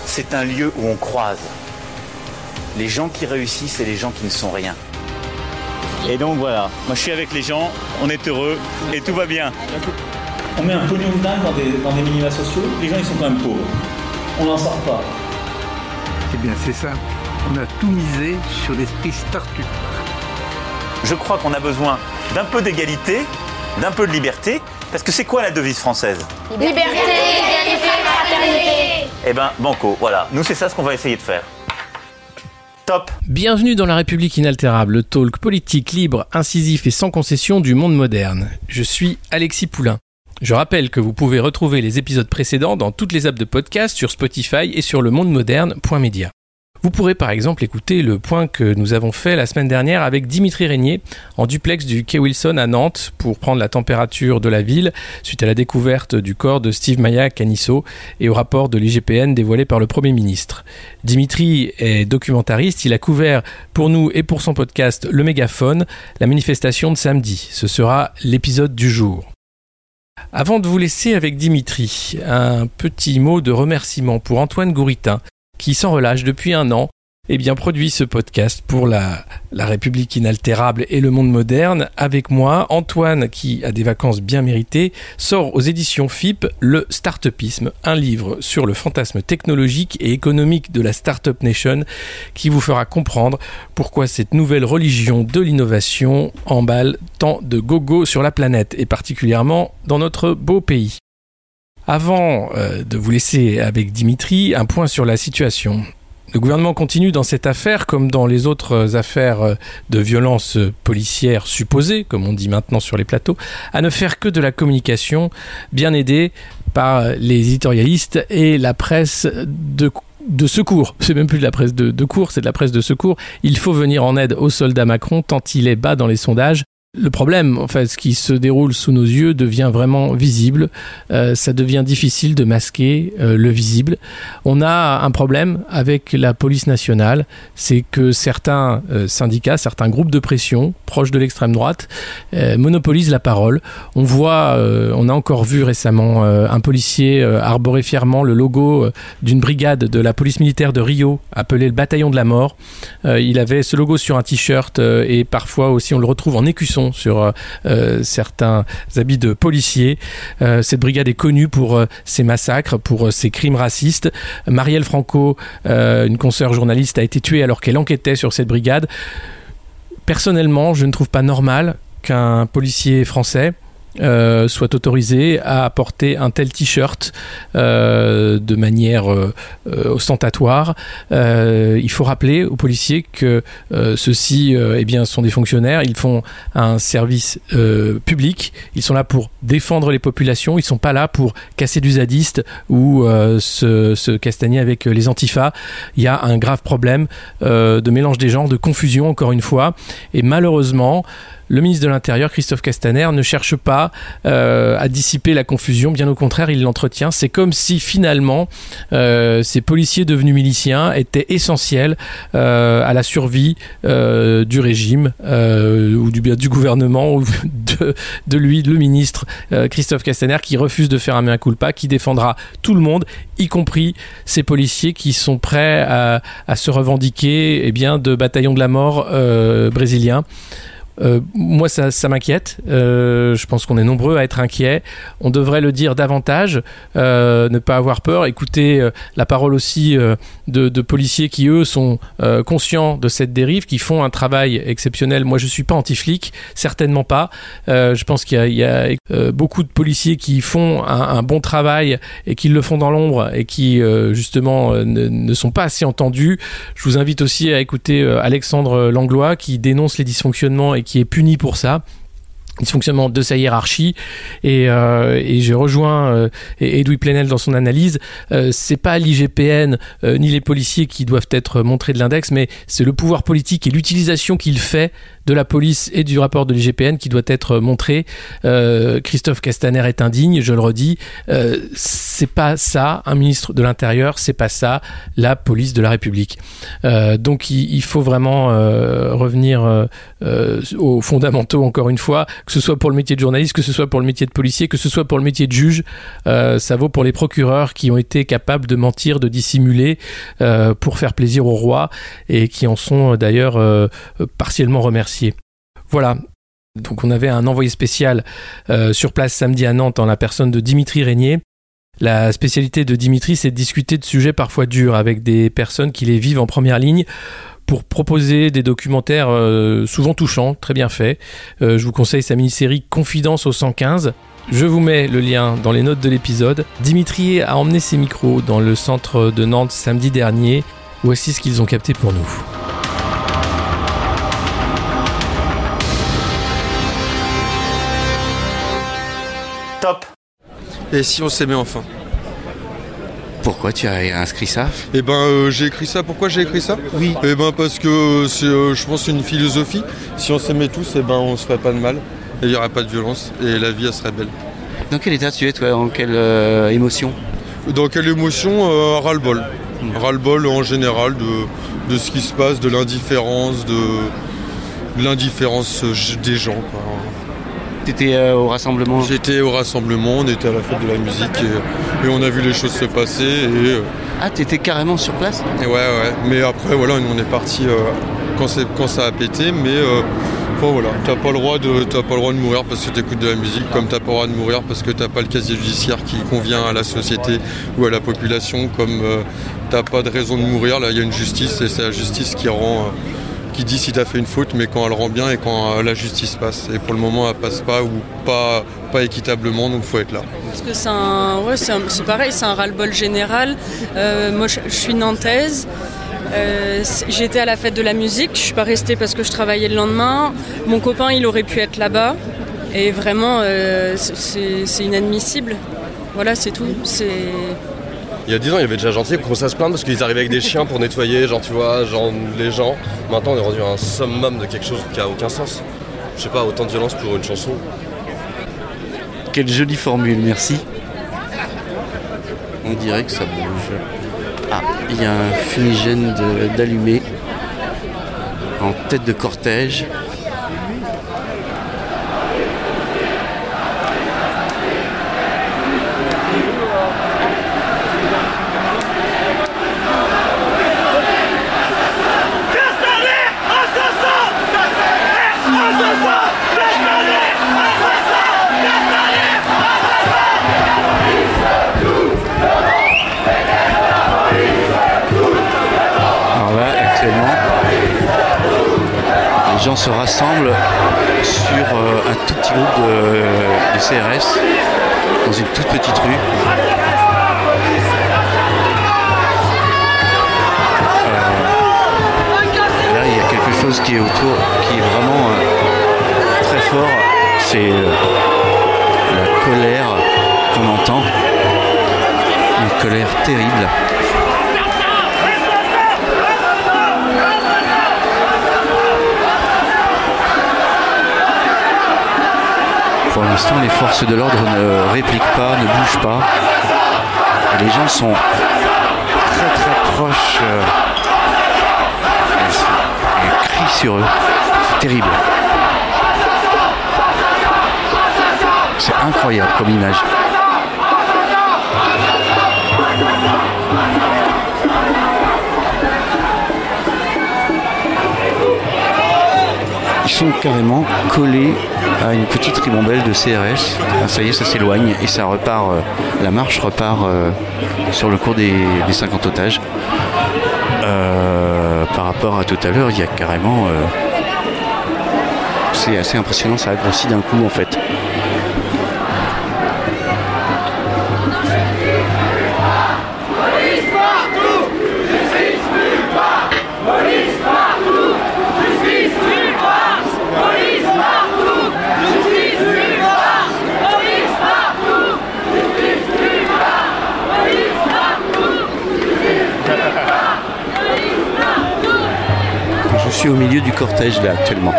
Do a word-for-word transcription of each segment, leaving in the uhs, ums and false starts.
c'est un lieu où on croise les gens qui réussissent et les gens qui ne sont rien. Et donc voilà, moi je suis avec les gens, on est heureux et tout va bien. On met un pognon de dingue dans des, dans des minima sociaux, les gens ils sont quand même pauvres. On n'en sort pas. Eh bien c'est simple, on a tout misé sur l'esprit start-up. Je crois qu'on a besoin d'un peu d'égalité, d'un peu de liberté, parce que c'est quoi la devise française ? Liberté, égalité, fraternité. Eh ben banco, voilà, nous c'est ça ce qu'on va essayer de faire. Top. Bienvenue dans La République inaltérable, le talk politique libre, incisif et sans concession du monde moderne. Je suis Alexis Poulain. Je rappelle que vous pouvez retrouver les épisodes précédents dans toutes les apps de podcast, sur Spotify et sur lemondemoderne point media. Vous pourrez par exemple écouter le point que nous avons fait la semaine dernière avec Dimitri Régnier en duplex du Quai Wilson à Nantes pour prendre la température de la ville suite à la découverte du corps de Steve Maia Caniço et au rapport de l'I G P N dévoilé par le Premier ministre. Dimitri est documentariste, il a couvert pour nous et pour son podcast Le Mégaphone la manifestation de samedi. Ce sera l'épisode du jour. Avant de vous laisser avec Dimitri, un petit mot de remerciement pour Antoine Gouritin, qui sans relâche depuis un an eh bien, produit ce podcast pour la, la République inaltérable et le monde moderne. Avec moi, Antoine, qui a des vacances bien méritées, sort aux éditions F I P Le Startupisme, un livre sur le fantasme technologique et économique de la Startup Nation qui vous fera comprendre pourquoi cette nouvelle religion de l'innovation emballe tant de gogo sur la planète et particulièrement dans notre beau pays. Avant euh, de vous laisser avec Dimitri, un point sur la situation. Le gouvernement continue dans cette affaire, comme dans les autres affaires de violence policière supposées, comme on dit maintenant sur les plateaux, à ne faire que de la communication, bien aidé par les éditorialistes et la presse de de secours. C'est même plus de la presse de, de cours, c'est de la presse de secours. Il faut venir en aide au soldat Macron tant il est bas dans les sondages. Le problème, en fait, ce qui se déroule sous nos yeux devient vraiment visible. Euh, ça devient difficile de masquer euh, le visible. On a un problème avec la police nationale, c'est que certains euh, syndicats, certains groupes de pression proches de l'extrême droite euh, monopolisent la parole. On voit, euh, on a encore vu récemment euh, un policier euh, arborer fièrement le logo euh, d'une brigade de la police militaire de Rio, appelée le bataillon de la mort. Euh, il avait ce logo sur un t-shirt euh, et parfois aussi on le retrouve en écusson sur euh, certains habits de policiers. Euh, cette brigade est connue pour euh, ses massacres, pour euh, ses crimes racistes. Marielle Franco, euh, une consoeur journaliste, a été tuée alors qu'elle enquêtait sur cette brigade. Personnellement, je ne trouve pas normal qu'un policier français Euh, soit autorisé à porter un tel t-shirt euh, de manière euh, euh, ostentatoire. Euh, il faut rappeler aux policiers que euh, ceux-ci euh, eh bien, sont des fonctionnaires, ils font un service euh, public, ils sont là pour défendre les populations, ils ne sont pas là pour casser du zadiste ou euh, se, se castagner avec les antifas. Il y a un grave problème euh, de mélange des genres, de confusion encore une fois, et malheureusement le ministre de l'Intérieur, Christophe Castaner, ne cherche pas euh, à dissiper la confusion, bien au contraire, il l'entretient. C'est comme si finalement euh, ces policiers devenus miliciens étaient essentiels euh, à la survie euh, du régime euh, ou du, du gouvernement ou de, de lui, le ministre euh, Christophe Castaner, qui refuse de faire un mea culpa, qui défendra tout le monde, y compris ces policiers qui sont prêts à, à se revendiquer eh bien, de bataillons de la mort euh, brésiliens. Euh, moi, ça, ça m'inquiète. Euh, je pense qu'on est nombreux à être inquiets. On devrait le dire davantage, euh, ne pas avoir peur. Écouter euh, la parole aussi euh, de, de policiers qui, eux, sont euh, conscients de cette dérive, qui font un travail exceptionnel. Moi, je ne suis pas anti-flic, certainement pas. Euh, je pense qu'il y a, il y a euh, beaucoup de policiers qui font un, un bon travail et qui le font dans l'ombre et qui, euh, justement, euh, ne, ne sont pas assez entendus. Je vous invite aussi à écouter euh, Alexandre Langlois qui dénonce les dysfonctionnements et qui est puni pour ça. Dysfonctionnement de sa hiérarchie et, euh, et je rejoins euh, Edoui Plenel dans son analyse. Euh, c'est pas l'I G P N euh, ni les policiers qui doivent être montrés de l'index, mais c'est le pouvoir politique et l'utilisation qu'il fait de la police et du rapport de l'I G P N qui doit être montré. Euh, Christophe Castaner est indigne, je le redis. Euh, c'est pas ça un ministre de l'Intérieur, c'est pas ça la police de la République. Euh, donc il, il faut vraiment euh, revenir euh, euh, aux fondamentaux encore une fois. que ce soit pour le métier de journaliste, que ce soit pour le métier de policier, que ce soit pour le métier de juge. Euh, ça vaut pour les procureurs qui ont été capables de mentir, de dissimuler euh, pour faire plaisir au roi et qui en sont d'ailleurs euh, partiellement remerciés. Voilà. Donc on avait un envoyé spécial euh, sur place samedi à Nantes en la personne de Dimitri Régnier. La spécialité de Dimitri, c'est de discuter de sujets parfois durs avec des personnes qui les vivent en première ligne pour proposer des documentaires euh, souvent touchants, très bien faits. Euh, je vous conseille sa mini-série Confidence au cent quinze. Je vous mets le lien dans les notes de l'épisode. Dimitri a emmené ses micros dans le centre de Nantes samedi dernier. Voici ce qu'ils ont capté pour nous. Top. Et si on s'aimait enfin? Pourquoi tu as inscrit ça? Eh ben euh, j'ai écrit ça, pourquoi j'ai écrit ça? Oui. Eh ben parce que c'est, euh, je pense, une philosophie. Si on s'aimait tous, eh ben on se ferait pas de mal. Et il n'y aurait pas de violence. Et la vie, elle serait belle. Dans quel état tu es, toi? En quelle euh, émotion? Dans quelle émotion? euh, Ras-le-bol. Mmh. Ras-le-bol en général de, de ce qui se passe, de l'indifférence, de, de l'indifférence des gens, quoi. T'étais euh, au rassemblement? J'étais au rassemblement, on était à la fête de la musique et, et on a vu les choses se passer. Et, euh, ah, t'étais carrément sur place? Et ouais, ouais. Mais après, voilà, nous on est partis euh, quand, quand ça a pété, mais euh, bon, voilà, t'as pas le droit de, t'as pas le droit de mourir parce que t'écoutes de la musique, comme t'as pas le droit de mourir parce que t'as pas le casier judiciaire qui convient à la société ou à la population, comme euh, t'as pas de raison de mourir. Là, il y a une justice et c'est la justice qui rend. Euh, qui dit si t'as fait une faute, mais quand elle rend bien et quand euh, la justice passe. Et pour le moment, elle passe pas ou pas, pas équitablement, donc faut être là. Parce que c'est un, ouais, c'est, un, c'est pareil, c'est un ras-le-bol général. Euh, moi, je, je suis nantaise. Euh, j'étais à la fête de la musique. Je suis pas restée parce que je travaillais le lendemain. Mon copain, il aurait pu être là-bas. Et vraiment, euh, c'est, c'est inadmissible. Voilà, c'est tout. C'est... Il y a dix ans, il y avait déjà gentil qui commençaient à se plaindre parce qu'ils arrivaient avec des chiens pour nettoyer, genre tu vois, genre les gens. Maintenant, on est rendu à un summum de quelque chose qui a aucun sens. Je sais pas, autant de violence pour une chanson. Quelle jolie formule, merci. On dirait que ça bouge. Ah, il y a un fumigène de, d'allumé en tête de cortège. Les gens se rassemblent sur euh, un tout petit groupe de, de C R S dans une toute petite rue. Euh, là, il y a quelque chose qui est autour, qui est vraiment euh, très fort. C'est euh, la colère qu'on entend, une colère terrible. Pour l'instant, les forces de l'ordre ne répliquent pas, ne bougent pas. Et les gens sont très très proches euh, et, et crient sur eux. C'est terrible. C'est incroyable comme image. Ils sont carrément collés à une petite ribambelle de C R S. Ah, ça y est, ça s'éloigne et ça repart. Euh, la marche repart euh, sur le cours des, des cinquante otages. Euh, par rapport à tout à l'heure, il y a carrément... Euh, c'est assez impressionnant, ça a grossi d'un coup en fait. Je suis au milieu du cortège là actuellement.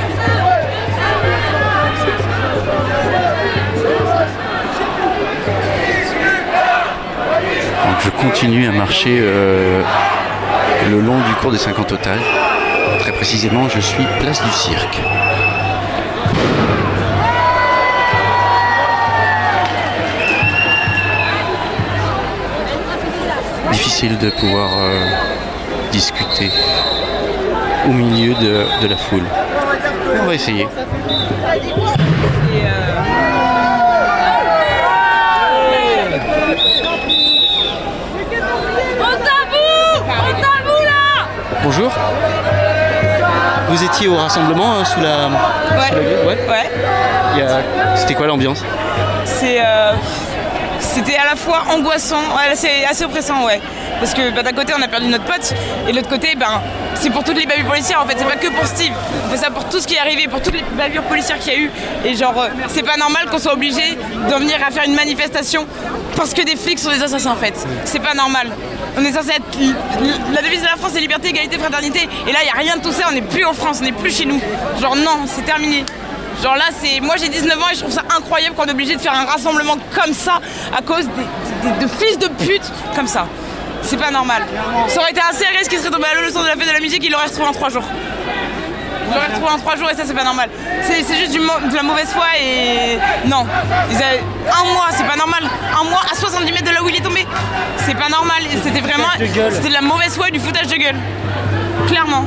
Donc je continue à marcher euh, le long du cours des cinquante otages. Très précisément, je suis place du Cirque. difficile de pouvoir euh, discuter au milieu de, de la foule. On va essayer. Bonjour. Vous étiez au rassemblement euh, sous la... Ouais. Sous la gueule, ouais. Ouais. Il y a... C'était quoi l'ambiance? C'est... Euh... C'était à la fois angoissant, ouais, c'est assez oppressant, ouais. Parce que bah, d'un côté on a perdu notre pote, et de l'autre côté, ben, c'est pour toutes les bavures policières en fait, c'est pas que pour Steve. On fait ça pour tout ce qui est arrivé, pour toutes les bavures policières qu'il y a eu. Et genre, euh, c'est pas normal qu'on soit obligé d'en venir à faire une manifestation parce que des flics sont des assassins en fait. C'est pas normal. On est censé être... La devise de la France c'est liberté, égalité, fraternité. Et là, il n'y a rien de tout ça, on n'est plus en France, on n'est plus chez nous. Genre non, c'est terminé. Genre là, c'est... Moi j'ai dix-neuf ans et je trouve ça incroyable qu'on est obligé de faire un rassemblement comme ça à cause des, des, de fils de pute comme ça. C'est pas normal. Ça aurait été un C R S qui serait tombé à l'eau le son de la fête de la musique, il l'aurait retrouvé en trois jours. Il l'aurait retrouvé en trois jours et ça c'est pas normal. C'est, c'est juste du mo- de la mauvaise foi et... Non. Ils avaient... Un mois, c'est pas normal. Un mois à soixante-dix mètres de là où il est tombé. C'est pas normal. Et c'était vraiment... C'était de la mauvaise foi et du foutage de gueule. Clairement.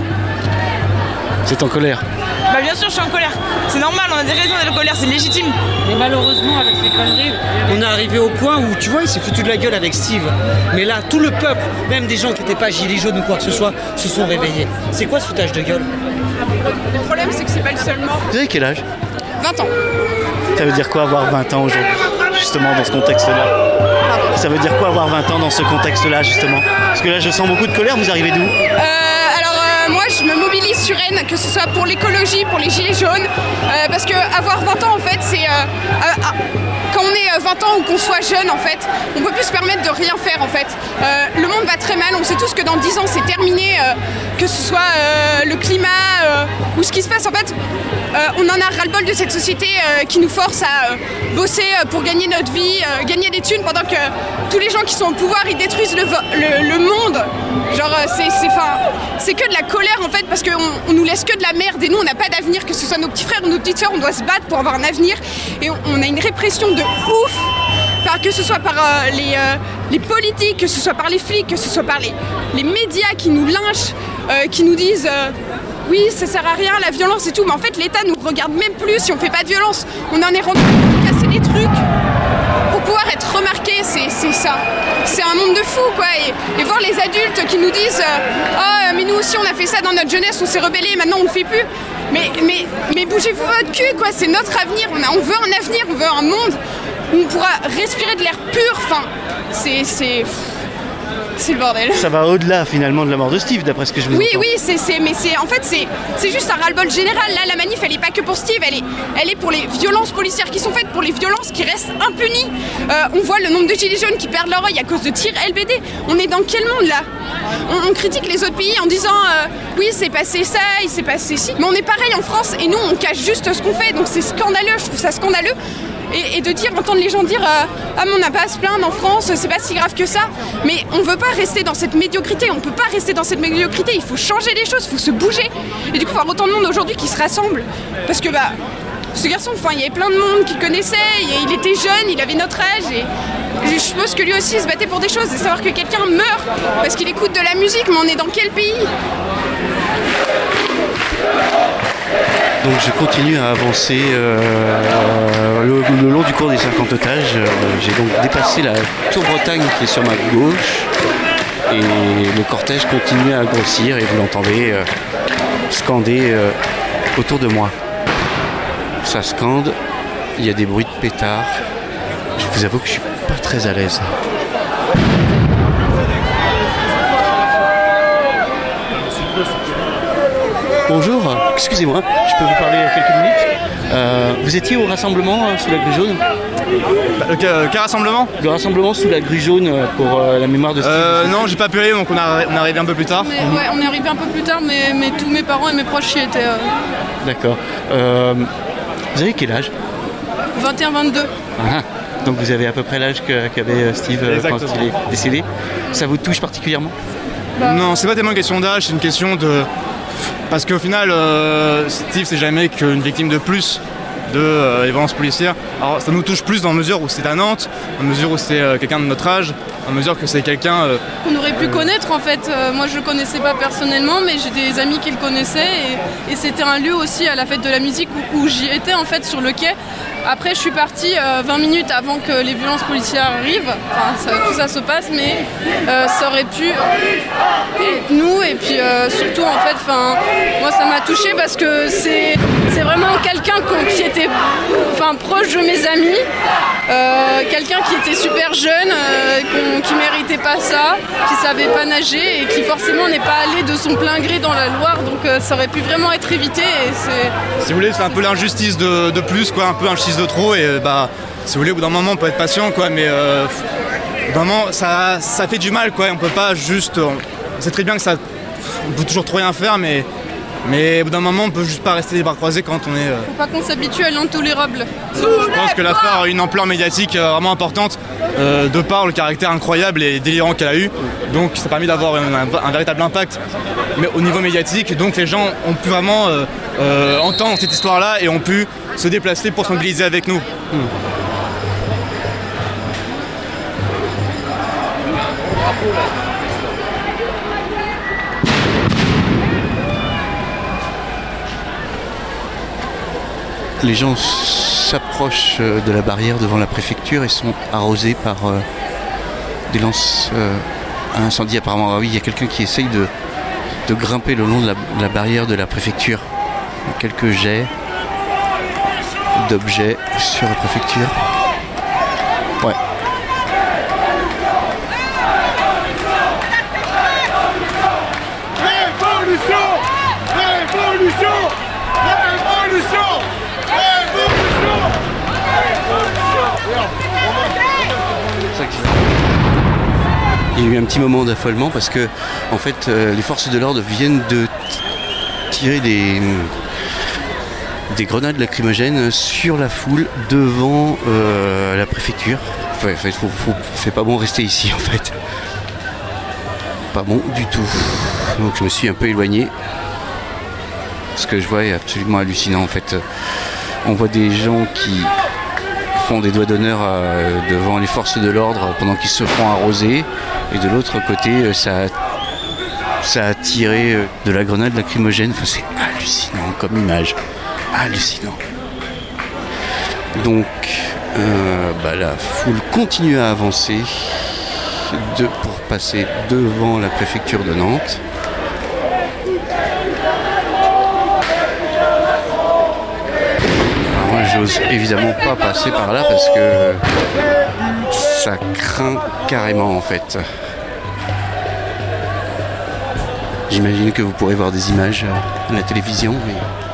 Vous êtes en colère? Bah bien sûr je suis en colère, c'est normal, on a des raisons d'être en colère, c'est légitime. Mais malheureusement avec ces conneries, on est arrivé au point où tu vois il s'est foutu de la gueule avec Steve. Mais là tout le peuple, même des gens qui n'étaient pas gilets jaunes ou quoi que ce soit, se sont réveillés. C'est quoi ce foutage de gueule? Le problème c'est que c'est pas le seul mort. Vous avez quel âge? vingt ans. Ça veut dire quoi avoir vingt ans aujourd'hui, justement dans ce contexte-là? Ça veut dire quoi avoir vingt ans dans ce contexte-là justement? Parce que là je sens beaucoup de colère, vous arrivez d'où? Euh, alors euh, moi je me mobilise sur Rennes, que ce soit pour l'écologie, pour les gilets jaunes, euh, parce que avoir vingt ans en fait c'est... Euh, euh, quand on est vingt ans ou qu'on soit jeune en fait, on peut plus se permettre de rien faire en fait. Euh, le monde va très mal, on sait tous que dans dix ans c'est terminé, euh, que ce soit euh, le climat euh, ou ce qui se passe en fait. Euh, on en a ras-le-bol de cette société euh, qui nous force à euh, bosser euh, pour gagner notre vie, euh, gagner des thunes pendant que tous les gens qui sont au pouvoir ils détruisent le, vo- le, le monde. Genre euh, c'est, c'est, c'est que de la colère en fait parce qu'on on nous laisse que de la merde et nous on n'a pas d'avenir, que ce soit nos petits frères ou nos petites sœurs, on doit se battre pour avoir un avenir et on, on a une répression de ouf, par, que ce soit par euh, les, euh, les politiques, que ce soit par les flics, que ce soit par les, les médias qui nous lynchent, euh, qui nous disent euh, oui ça sert à rien la violence et tout, mais en fait l'État nous regarde même plus si on fait pas de violence, on en est rendu à casser des trucs pour pouvoir être remarqué, c'est, c'est ça. C'est un monde de fous quoi, et, et voir les adultes qui nous disent euh, oh mais nous aussi on a fait ça dans notre jeunesse, on s'est rebellé, maintenant on le fait plus. Mais, mais, mais bougez-vous votre cul quoi, c'est notre avenir, on, a, on veut un avenir, on veut un monde où on pourra respirer de l'air pur, enfin, c'est, c'est, c'est le bordel. Ça va au-delà finalement de la mort de Steve d'après ce que je vous Oui, entends. oui, c'est, c'est, mais c'est, en fait c'est, c'est juste un ras-le-bol général, là la manif elle est pas que pour Steve, elle est, elle est pour les violences policières qui sont faites, pour les violences qui restent impunies. Euh, on voit le nombre de gilets jaunes qui perdent leur œil à cause de tirs L B D, on est dans quel monde là? On, on critique les autres pays en disant euh, oui c'est passé ça, il s'est passé ci, mais on est pareil en France et nous on cache juste ce qu'on fait, donc c'est scandaleux, je trouve ça scandaleux. Et, et de dire, entendre les gens dire euh, ah mais on n'a pas à se plaindre en France, c'est pas si grave que ça. Mais on veut pas rester dans cette médiocrité, on peut pas rester dans cette médiocrité, il faut changer les choses, il faut se bouger. Et du coup voir autant de monde aujourd'hui qui se rassemble, parce que bah ce garçon, enfin il y avait plein de monde qui le connaissait, il était jeune, il avait notre âge et je suppose que lui aussi il se battait pour des choses, et savoir que quelqu'un meurt parce qu'il écoute de la musique, mais on est dans quel pays? Donc je continue à avancer euh, le, le long du cours des cinquante otages. Euh, j'ai donc dépassé la Tour Bretagne qui est sur ma gauche et le cortège continue à grossir et vous l'entendez euh, scander euh, autour de moi. Ça scande, il y a des bruits de pétards. Je vous avoue que je suis pas très à l'aise. Bonjour, excusez-moi, je peux vous parler quelques minutes. Euh, vous étiez au rassemblement euh, sous la grue jaune? Le quel, quel rassemblement? Le rassemblement sous la grue jaune pour euh, la mémoire de Steve. Euh, non, j'ai pas pu aller, donc on, a, on est arrivé un peu plus tard. Mais, ouais, on est arrivé un peu plus tard, mais, mais tous mes parents et mes proches y étaient. Euh... D'accord. Euh, vous avez quel âge? vingt et un vingt-deux. Ah, donc vous avez à peu près l'âge que, qu'avait Steve euh, quand il est décédé. Ça vous touche particulièrement? Bah... Non, c'est pas tellement une question d'âge, c'est une question de... Parce qu'au final, euh, Steve c'est jamais qu'une victime de plus de euh, les violences policières. Alors ça nous touche plus dans la mesure où c'est à Nantes, dans la mesure où c'est euh, quelqu'un de notre âge, dans la mesure que c'est quelqu'un... Euh, qu'on aurait pu euh, connaître en fait. Euh, moi je le connaissais pas personnellement, mais j'ai des amis qui le connaissaient et, et c'était un lieu aussi à la fête de la musique où, où j'y étais en fait sur le quai. Après je suis partie euh, vingt minutes avant que les violences policières arrivent, enfin ça, tout ça se passe, mais euh, ça aurait pu être nous et puis euh, surtout en fait, enfin moi ça m'a touchée parce que c'est, c'est vraiment quelqu'un qui était enfin, proche de mes amis, euh, quelqu'un qui était super jeune, euh, qui méritait pas ça, qui savait pas nager et qui forcément n'est pas allé de son plein gré dans la Loire, donc euh, ça aurait pu vraiment être évité. Et c'est... Si vous voulez, c'est un peu l'injustice de, de plus, quoi, un peu l'injustice de trop, et bah si vous voulez, au bout d'un moment on peut être patient, quoi, mais euh, au bout d'un moment ça, ça fait du mal, quoi, on peut pas juste... On, on sait très bien que ça... On peut toujours trop rien faire, mais... Mais au bout d'un moment, on peut juste pas rester les bras croisés quand on est... Euh... Faut pas qu'on s'habitue à l'intolérable. Je pense que l'affaire a une ampleur médiatique euh, vraiment importante, euh, de par le caractère incroyable et délirant qu'elle a eu. Donc ça a permis d'avoir un, un, un véritable impact mais au niveau médiatique. Donc les gens ont pu vraiment euh, euh, entendre cette histoire-là et ont pu se déplacer pour se mobiliser avec nous. Mmh. Les gens s'approchent de la barrière devant la préfecture et sont arrosés par euh, des lances euh, à incendie. Apparemment, ah oui, il y a quelqu'un qui essaye de, de grimper le long de la, de la barrière de la préfecture. Il y a quelques jets d'objets sur la préfecture. Ouais. Révolution! Révolution! Révolution! Il y a eu un petit moment d'affolement parce que en fait euh, les forces de l'ordre viennent de tirer des, des grenades lacrymogènes sur la foule devant euh, la préfecture. Enfin, faut, faut, c'est pas bon rester ici en fait. Pas bon du tout. Donc je me suis un peu éloigné. Ce que je vois est absolument hallucinant en fait. On voit des gens qui font des doigts d'honneur euh, devant les forces de l'ordre pendant qu'ils se font arroser. Et de l'autre côté, euh, ça, a, ça a tiré euh, de la grenade lacrymogène. Enfin, c'est hallucinant comme image. Hallucinant. Donc, euh, bah, la foule continue à avancer de, pour passer devant la préfecture de Nantes. J'ose évidemment pas passer par là parce que ça craint carrément en fait. J'imagine que vous pourrez voir des images à la télévision, mais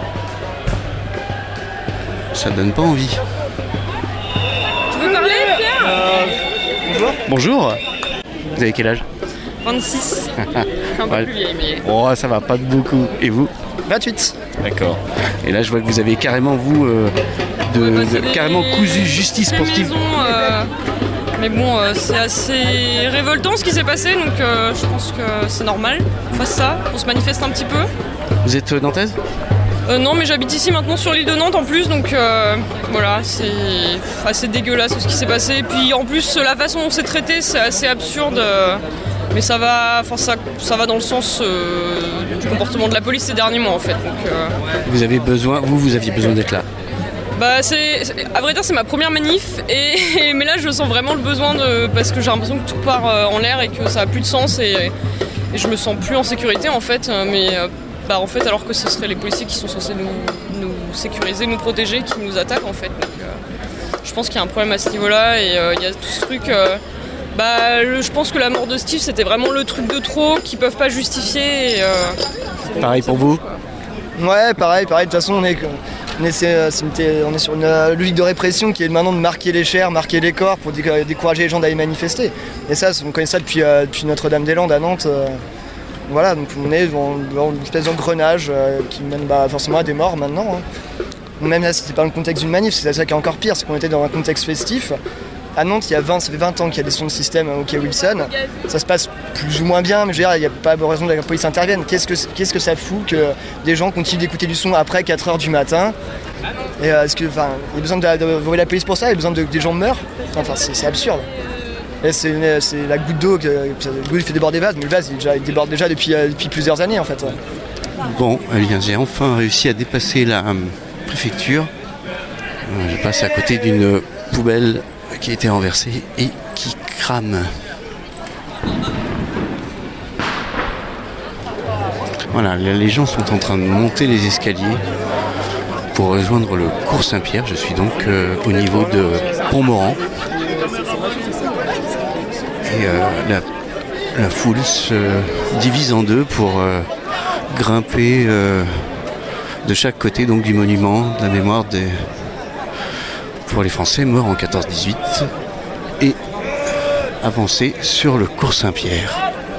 ça donne pas envie. Tu veux parler, Pierre euh, Bonjour. Bonjour. Vous avez quel âge? vingt-six. Un peu ouais. plus vieille, mais... Oh, ça va pas de beaucoup. Et vous? vingt-huit. D'accord. Et là, je vois que vous avez carrément, vous, euh, de, ouais, bah, de, des, carrément cousu justice sportive. Euh, mais bon, euh, c'est assez révoltant ce qui s'est passé, donc euh, je pense que c'est normal qu'on fasse ça, qu'on se manifeste un petit peu. Vous êtes nantaise? euh, Non, mais j'habite ici maintenant sur l'île de Nantes en plus, donc euh, voilà, c'est assez dégueulasse ce qui s'est passé. Et puis en plus, la façon dont c'est traité, c'est assez absurde. Euh, Mais ça va, enfin ça, ça va dans le sens euh, du comportement de la police ces derniers mois en fait. Donc, euh... Vous avez besoin, vous, vous aviez besoin d'être là. Bah c'est, c'est, à vrai dire c'est ma première manif et, et mais là je sens vraiment le besoin de, parce que j'ai l'impression que tout part euh, en l'air et que ça a plus de sens et, et je me sens plus en sécurité en fait. Mais euh, bah en fait alors que ce seraient les policiers qui sont censés nous, nous sécuriser, nous protéger, qui nous attaquent en fait. Donc euh, je pense qu'il y a un problème à ce niveau-là et il euh, y a tout ce truc. Euh, Bah, le, je pense que la mort de Steve, c'était vraiment le truc de trop qu'ils peuvent pas justifier. Et, euh, pareil pour vous? Ouais, pareil, pareil. De toute façon, on est, on est, c'est, c'est, on est sur une logique de répression qui est maintenant de marquer les chairs, marquer les corps pour dé- décourager les gens d'aller manifester. Et ça, on connaît ça depuis, euh, depuis Notre-Dame-des-Landes à Nantes. Euh, voilà, donc on est dans, dans une espèce d'engrenage euh, qui mène bah, forcément à des morts maintenant. Hein. Même là, c'était pas dans le contexte d'une manif, c'est ça qui est encore pire, c'est qu'on était dans un contexte festif. À Nantes, il y a vingt, ça fait vingt ans qu'il y a des sons de système au quai Wilson. Ça se passe plus ou moins bien, mais je veux dire, il n'y a pas de raison que la police intervienne. Qu'est-ce que, qu'est-ce que ça fout que des gens continuent d'écouter du son après quatre heures du matin? Et euh, est-ce que, enfin, il y a besoin de, de voler la police pour ça, il y a besoin de, que des gens meurent. Enfin, c'est, c'est absurde. Et c'est, une, c'est la goutte d'eau que l'eau fait déborder le vase, mais le vase il, déjà, il déborde déjà depuis, euh, depuis plusieurs années en fait. Ouais. Bon, eh bien, j'ai enfin réussi à dépasser la euh, préfecture. Euh, je passe à côté d'une poubelle qui a été renversée et qui crame. Voilà, les gens sont en train de monter les escaliers pour rejoindre le cours Saint-Pierre. Je suis donc euh, au niveau de Pont-Morand. Et euh, la, la foule se divise en deux pour euh, grimper euh, de chaque côté donc, du monument de la mémoire des, pour les Français morts en quatorze dix-huit et avancer sur le cours Saint-Pierre.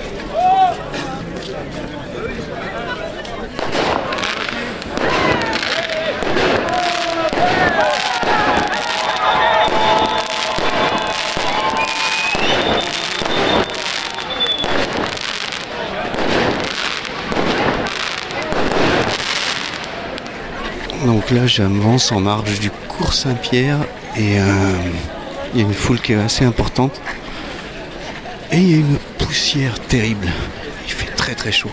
Donc là, j'avance en marge du cours Saint-Pierre et euh, il y a une foule qui est assez importante. Et il y a une poussière terrible. Il fait très très chaud.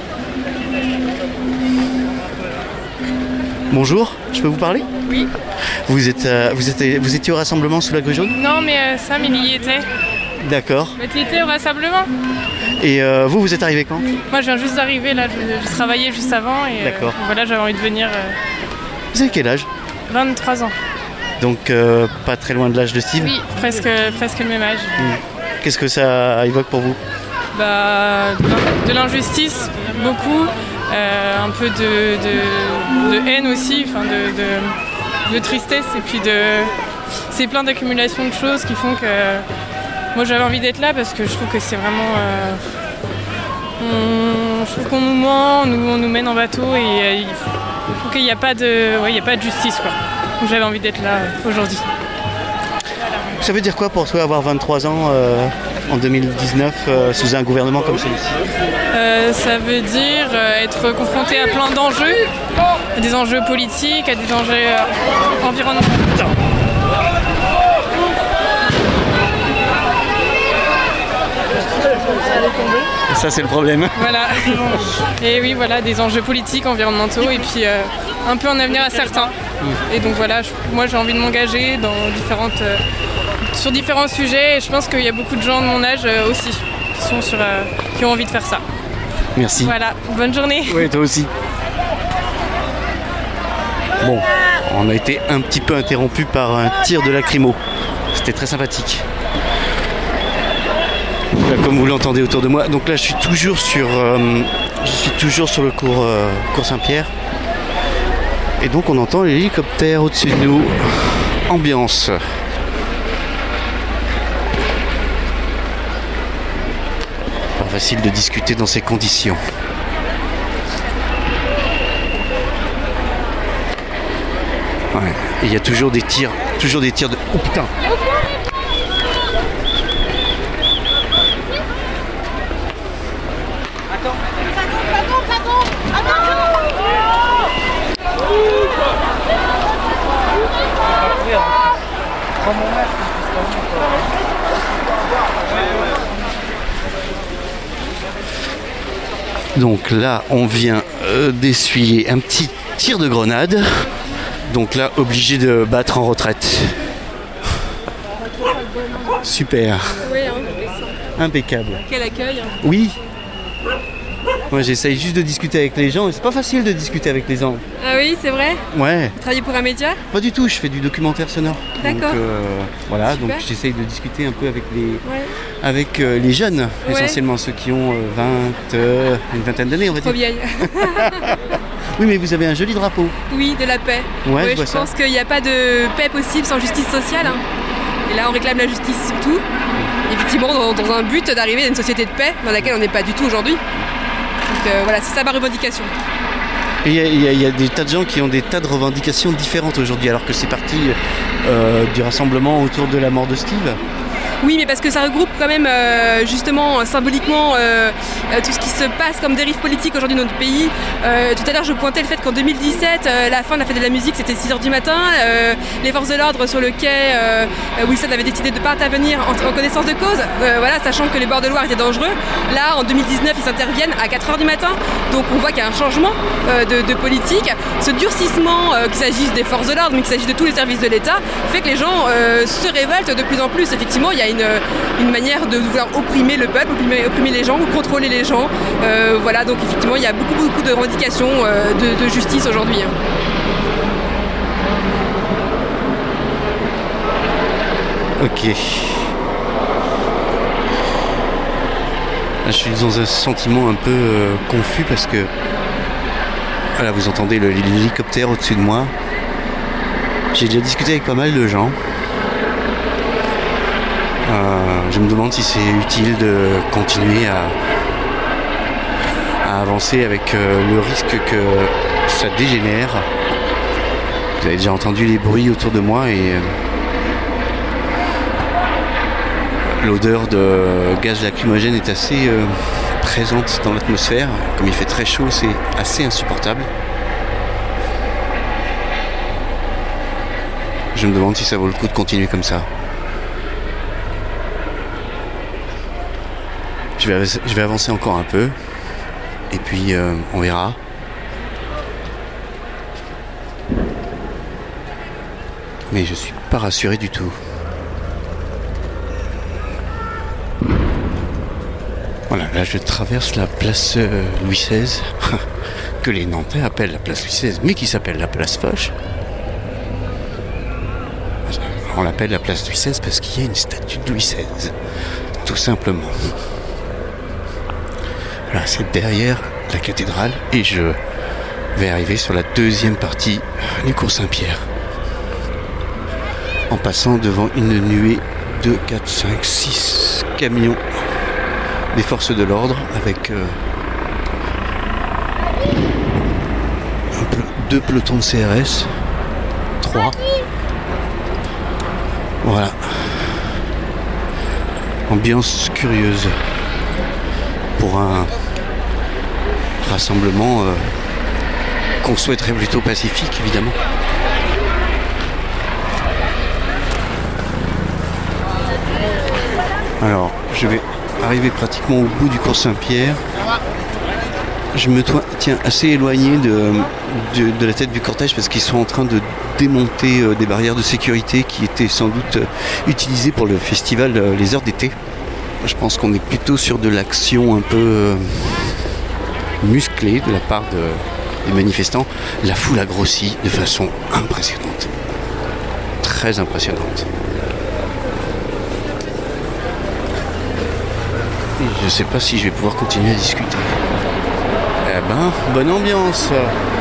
Bonjour, je peux vous parler ? Oui. Vous êtes, euh, vous êtes, vous étiez au rassemblement sous la grue jaune ? Non, mais euh, Sam, il y était. D'accord. Mais tu étais au rassemblement ? Et euh, vous, vous êtes arrivé quand ? Moi, je viens juste d'arriver, là. Je, je travaillais juste avant et D'accord. Euh, voilà, j'avais envie de venir. Euh... Vous avez quel âge ? vingt-trois ans. Donc euh, pas très loin de l'âge de Steve ? Oui, presque, presque le même âge. Mmh. Qu'est-ce que ça évoque pour vous ? Bah, de l'injustice, beaucoup. Euh, un peu de, de, de haine aussi, enfin de, de, de tristesse. Et puis de, c'est plein d'accumulations de choses qui font que moi j'avais envie d'être là parce que je trouve que c'est vraiment... Euh, on, je trouve qu'on nous ment, on nous, on nous mène en bateau et euh, il faut, je trouve qu'il n'y a pas de, ouais, il y a pas de justice, quoi. Donc j'avais envie d'être là euh, aujourd'hui. Ça veut dire quoi pour toi avoir vingt-trois ans euh, en deux mille dix-neuf euh, sous un gouvernement comme celui-ci ? euh, Ça veut dire euh, être confronté à plein d'enjeux, à des enjeux politiques, à des enjeux euh, environnementaux. Ça c'est le problème. Voilà. Et oui, voilà, des enjeux politiques, environnementaux et puis euh, un peu un avenir incertain. Et donc voilà, je, moi j'ai envie de m'engager dans différentes, euh, sur différents sujets et je pense qu'il y a beaucoup de gens de mon âge euh, aussi qui, sont sur, euh, qui ont envie de faire ça. Merci. Voilà, bonne journée. Oui, toi aussi. Bon, on a été un petit peu interrompu par un tir de lacrymo. C'était très sympathique. Là, comme vous l'entendez autour de moi, donc là je suis toujours sur, euh, je suis toujours sur le cours, euh, cours Saint-Pierre. Et donc on entend l'hélicoptère au-dessus de nous. Ambiance. Pas facile de discuter dans ces conditions. Ouais. Et il y a toujours des tirs, toujours des tirs de... Oh putain! Donc là, on vient euh, d'essuyer un petit tir de grenade. Donc là, obligé de battre en retraite. Super. Oui, hein. Impeccable. Quel accueil. Hein. Oui. Moi, j'essaye juste de discuter avec les gens et c'est pas facile de discuter avec les gens. Ah oui, c'est vrai ? Ouais. Tu travailles pour un média ? Pas du tout, je fais du documentaire sonore. D'accord. Donc, euh, voilà, Super. donc j'essaye de discuter un peu avec les, ouais. avec, euh, les jeunes, ouais. essentiellement ceux qui ont euh, vingt, euh, une vingtaine d'années, on va dire. Trop vieille. Oui, mais vous avez un joli drapeau. Oui, de la paix. Ouais, ouais, je vois je ça. pense qu'il n'y a pas de paix possible sans justice sociale. Hein. Et là, on réclame la justice surtout. Effectivement, dans, dans un but d'arriver à une société de paix dans laquelle on n'est pas du tout aujourd'hui. Donc euh, voilà, c'est ça ma revendication. Il y, y, y a des tas de gens qui ont des tas de revendications différentes aujourd'hui, alors que c'est parti euh, du rassemblement autour de la mort de Steve. Oui, mais parce que ça regroupe quand même euh, justement symboliquement euh, euh, tout ce qui se passe comme dérive politique aujourd'hui dans notre pays. Euh, tout à l'heure, je pointais le fait qu'en deux mille dix-sept, euh, la fin de la fête de la musique, c'était six heures du matin. Euh, les forces de l'ordre sur le quai, euh, Wilson avait décidé de ne pas intervenir en, en connaissance de cause, euh, voilà, sachant que les bords de Loire étaient dangereux. Là, en deux mille dix-neuf, ils interviennent à quatre heures du matin. Donc on voit qu'il y a un changement euh, de, de politique. Ce durcissement, euh, qu'il s'agisse des forces de l'ordre, mais qu'il s'agisse de tous les services de l'État, fait que les gens euh, se révoltent de plus en plus. Effectivement, il y a une, une manière de vouloir opprimer le peuple, opprimer, opprimer les gens ou contrôler les gens. Euh, voilà, donc effectivement, il y a beaucoup, beaucoup de revendications euh, de, de justice aujourd'hui. Ok. Je suis dans un sentiment un peu euh, confus parce que voilà, vous entendez le, l'hélicoptère au-dessus de moi. J'ai déjà discuté avec pas mal de gens. Euh, je me demande si c'est utile de continuer à, à avancer avec euh, le risque que ça dégénère. Vous avez déjà entendu les bruits autour de moi et euh, l'odeur de gaz lacrymogène est assez euh, présente dans l'atmosphère. Comme il fait très chaud, c'est assez insupportable. Je me demande si ça vaut le coup de continuer comme ça. Je vais, je vais avancer encore un peu. Et puis euh, on verra. Mais je suis pas rassuré du tout. Voilà, là je traverse la place euh, Louis seize, que les Nantais appellent la place Louis seize, mais qui s'appelle la place Foch. On l'appelle la place Louis seize parce qu'il y a une statue de Louis seize, tout simplement. Voilà, c'est derrière la cathédrale et je vais arriver sur la deuxième partie du cours Saint-Pierre. En passant devant une nuée de quatre, cinq, six camions des forces de l'ordre avec euh, un peu, deux pelotons de C R S, trois. Voilà. Ambiance curieuse pour un rassemblement euh, qu'on souhaiterait plutôt pacifique, évidemment. Alors, je vais arriver pratiquement au bout du cours Saint-Pierre. Je me tiens assez éloigné de, de, de la tête du cortège parce qu'ils sont en train de démonter euh, des barrières de sécurité qui étaient sans doute euh, utilisées pour le festival euh, Les Heures d'été. Je pense qu'on est plutôt sur de l'action un peu euh, musclée de la part de, des manifestants. La foule a grossi de façon impressionnante. Très impressionnante. Et je ne sais pas si je vais pouvoir continuer à discuter. Eh ben, bonne ambiance.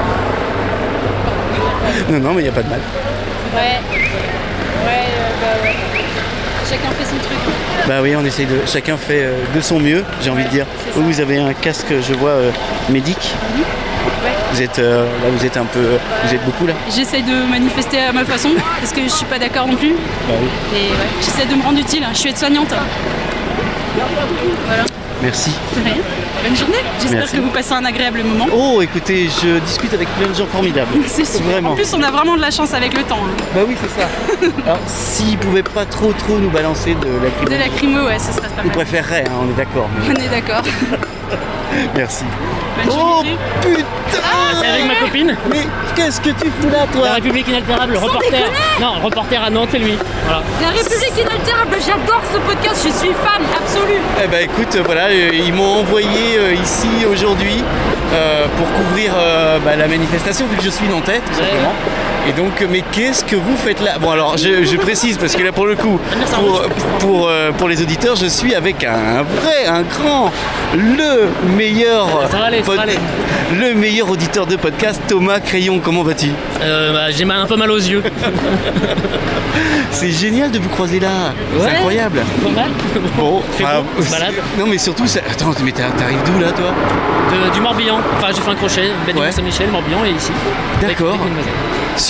Non, non, mais il n'y a pas de mal. Ouais. Ouais, euh, bah ouais. Chacun fait son truc. Bah oui, on essaye de. Chacun fait euh, de son mieux, j'ai envie de dire. Vous, vous avez un casque, je vois, euh, médic. Mm-hmm. Ouais. Vous êtes euh, là, vous êtes un peu. Vous êtes beaucoup là. J'essaye de manifester à ma façon, parce que je suis pas d'accord non plus. Bah oui. Et ouais, j'essaie de me rendre utile. Je suis aide-soignante. Voilà. Merci. De rien. Bonne journée. J'espère Merci. que vous passez un agréable moment. Oh, écoutez, je discute avec plein de gens formidables. C'est super. Vraiment. En plus, on a vraiment de la chance avec le temps. Hein. Bah oui, c'est ça. Alors, s'ils pouvaient pas trop trop nous balancer de la crime. De la crime, ouais, ce serait pas Ils mal. préféreraient, hein, on est d'accord. mais- On est d'accord. Merci. Bonne Oh journée. putain C'est avec ma copine. Mais qu'est-ce que tu fous là, toi? La République inaltérable, le Sans reporter. déconner. Non, le reporter à Nantes, c'est lui. Voilà. La République inaltérable, j'adore ce podcast, je suis fan absolue. Eh ben écoute, euh, voilà, euh, ils m'ont envoyé euh, ici aujourd'hui euh, pour couvrir euh, bah, la manifestation vu que je suis nantais tout simplement. Et donc, euh, mais qu'est-ce que vous faites là? Bon alors, je, je précise parce que là pour le coup, pour, pour, euh, pour les auditeurs, je suis avec un vrai, un grand, le meilleur, Ça va aller, ça va aller. le meilleur auditeur de podcast, Thomas Crayon. Comment vas-tu? Euh, bah, j'ai mal- un peu mal aux yeux. C'est génial de vous croiser là. Ouais. C'est incroyable. Pas mal. Bon, Fait ah, beau, on se balade. non mais surtout, ça... attends, mais t'a- t'arrives d'où là, toi? De- du Morbihan. Enfin, j'ai fait un crochet. Bénédicte Ouais. Saint-Michel, Morbihan et ici. D'accord. Avec- avec une demoiselle.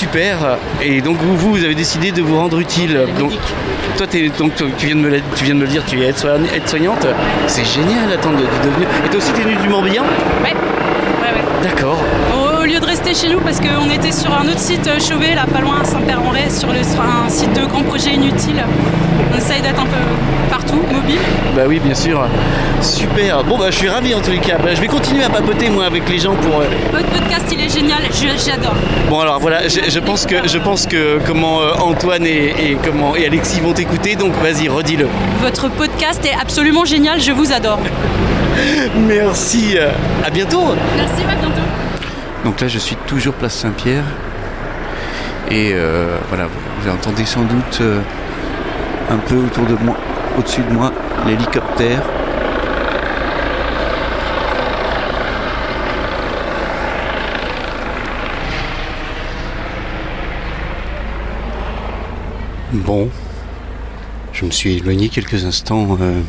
super. Et donc vous, vous avez décidé de vous rendre utile. Donc, toi, t'es, donc, tu, viens de me, tu viens de me le dire, tu es aide-soignante. C'est génial, attends, de, de devenir... Et toi aussi, t'es venue du Morbihan ? Ouais. Ouais, ouais. D'accord. Au lieu de rester chez nous, parce qu'on était sur un autre site Chauvet, là, pas loin, à Saint-Père-en-Retz, sur, le, sur un site de grands projets inutiles. On essaye d'être un peu partout, mobile. Bah oui, bien sûr. Super. Bon, bah je suis ravi en tous les cas. Bah, je vais continuer à papoter, moi, avec les gens pour... Euh... Votre podcast, il est génial, je, j'adore. Bon, alors voilà, je, je pense que, je pense que comment euh, Antoine et, et, comment, et Alexis vont t'écouter, donc vas-y, redis-le. Votre podcast est absolument génial, je vous adore. Merci. À bientôt. Merci, à bientôt. Donc là, je suis toujours place Saint-Pierre. Et euh, voilà, vous entendez sans doute euh, un peu autour de moi, au-dessus de moi, l'hélicoptère. Bon, je me suis éloigné quelques instants euh,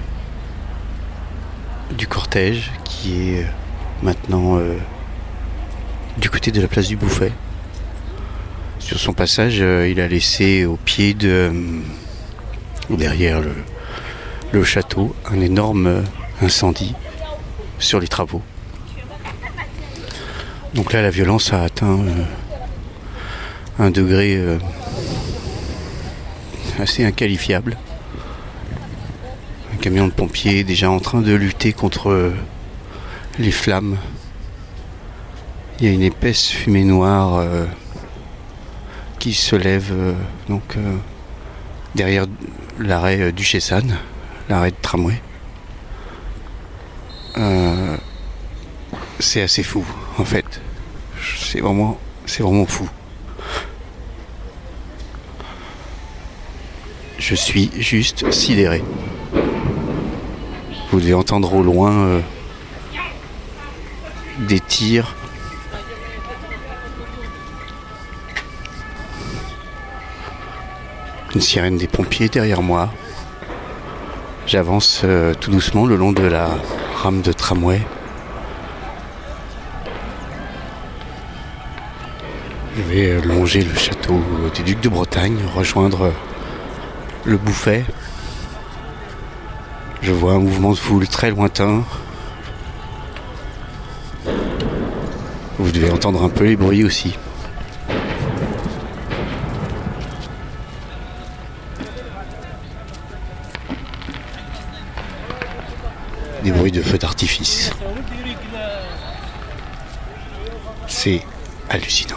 du cortège qui est maintenant euh, du côté de la place du Bouffay. Sur son passage, euh, il a laissé au pied de, euh, derrière le, le château, un énorme euh, incendie sur les travaux. Donc là, la violence a atteint euh, un degré euh, assez inqualifiable. Un camion de pompiers est déjà en train de lutter contre euh, les flammes. Il y a une épaisse fumée noire euh, qui se lève euh, donc euh, derrière l'arrêt euh, Duchesane, l'arrêt de tramway. Euh, c'est assez fou en fait. C'est vraiment, c'est vraiment fou. Je suis juste sidéré. Vous devez entendre au loin euh, des tirs. Une sirène des pompiers derrière moi. J'avance euh, tout doucement le long de la rame de tramway. Je vais euh, longer le château du Duc de Bretagne, rejoindre euh, le Bouffay. Je vois un mouvement de foule très lointain. Vous devez entendre un peu les bruits aussi. Des bruits de feux d'artifice. C'est hallucinant.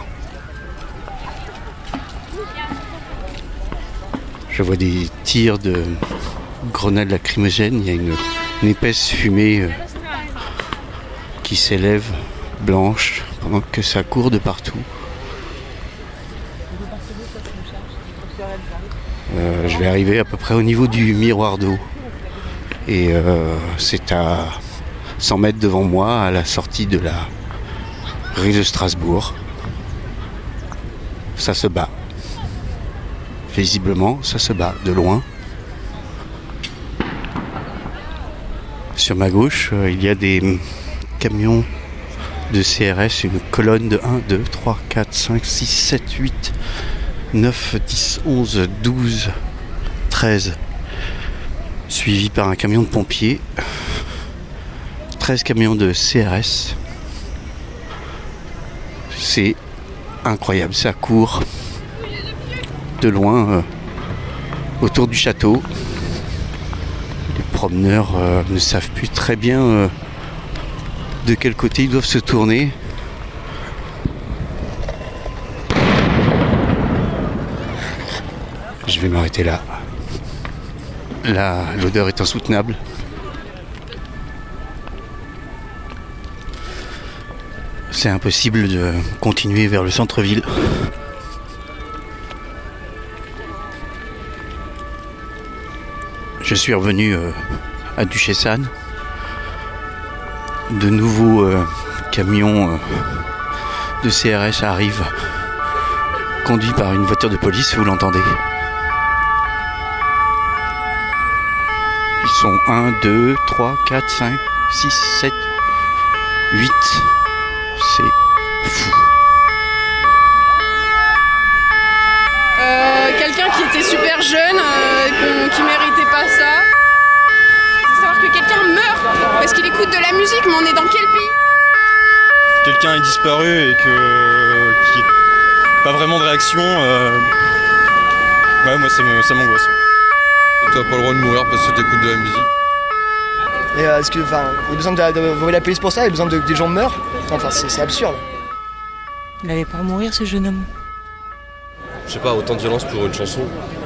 Je vois des tirs de grenades lacrymogènes. Il y a une, une épaisse fumée euh, qui s'élève, blanche, pendant que ça court de partout. Euh, je vais arriver à peu près au niveau du miroir d'eau. Et euh, c'est à cent mètres devant moi, à la sortie de la rue de Strasbourg. Ça se bat. Visiblement, ça se bat de loin. Sur ma gauche, euh, il y a des camions de C R S, une colonne de un, deux, trois, quatre, cinq, six, sept, huit, neuf, dix, onze, douze, treize. Suivi par un camion de pompiers, treize camions de C R S. C'est incroyable, ça court de loin euh, autour du château. Les promeneurs euh, ne savent plus très bien euh, de quel côté ils doivent se tourner. Je vais m'arrêter là. Là, l'odeur est insoutenable. C'est impossible de continuer vers le centre-ville. Je suis revenu euh, à Duchesane. De nouveaux euh, camions euh, de C R S arrivent, conduits par une voiture de police, vous l'entendez. Ils sont un, deux, trois, quatre, cinq, six, sept, huit. C'est fou. quelqu'un qui était super jeune, euh, qu'on- qui méritait pas ça. C'est savoir que quelqu'un meurt parce qu'il écoute de la musique, mais on est dans quel pays? Quelqu'un est disparu et que qui pas vraiment de réaction. Euh... Ouais, moi ça me- ça m'angoisse. T'as pas le droit de mourir parce que t'écoutes de la musique. Et euh, est-ce que, enfin, il y a besoin de, de, de la police pour ça? Il y a besoin de, que des gens meurent? Enfin, c'est c'est absurde. Il allait pas mourir ce jeune homme. Je sais pas, autant de violence pour une chanson.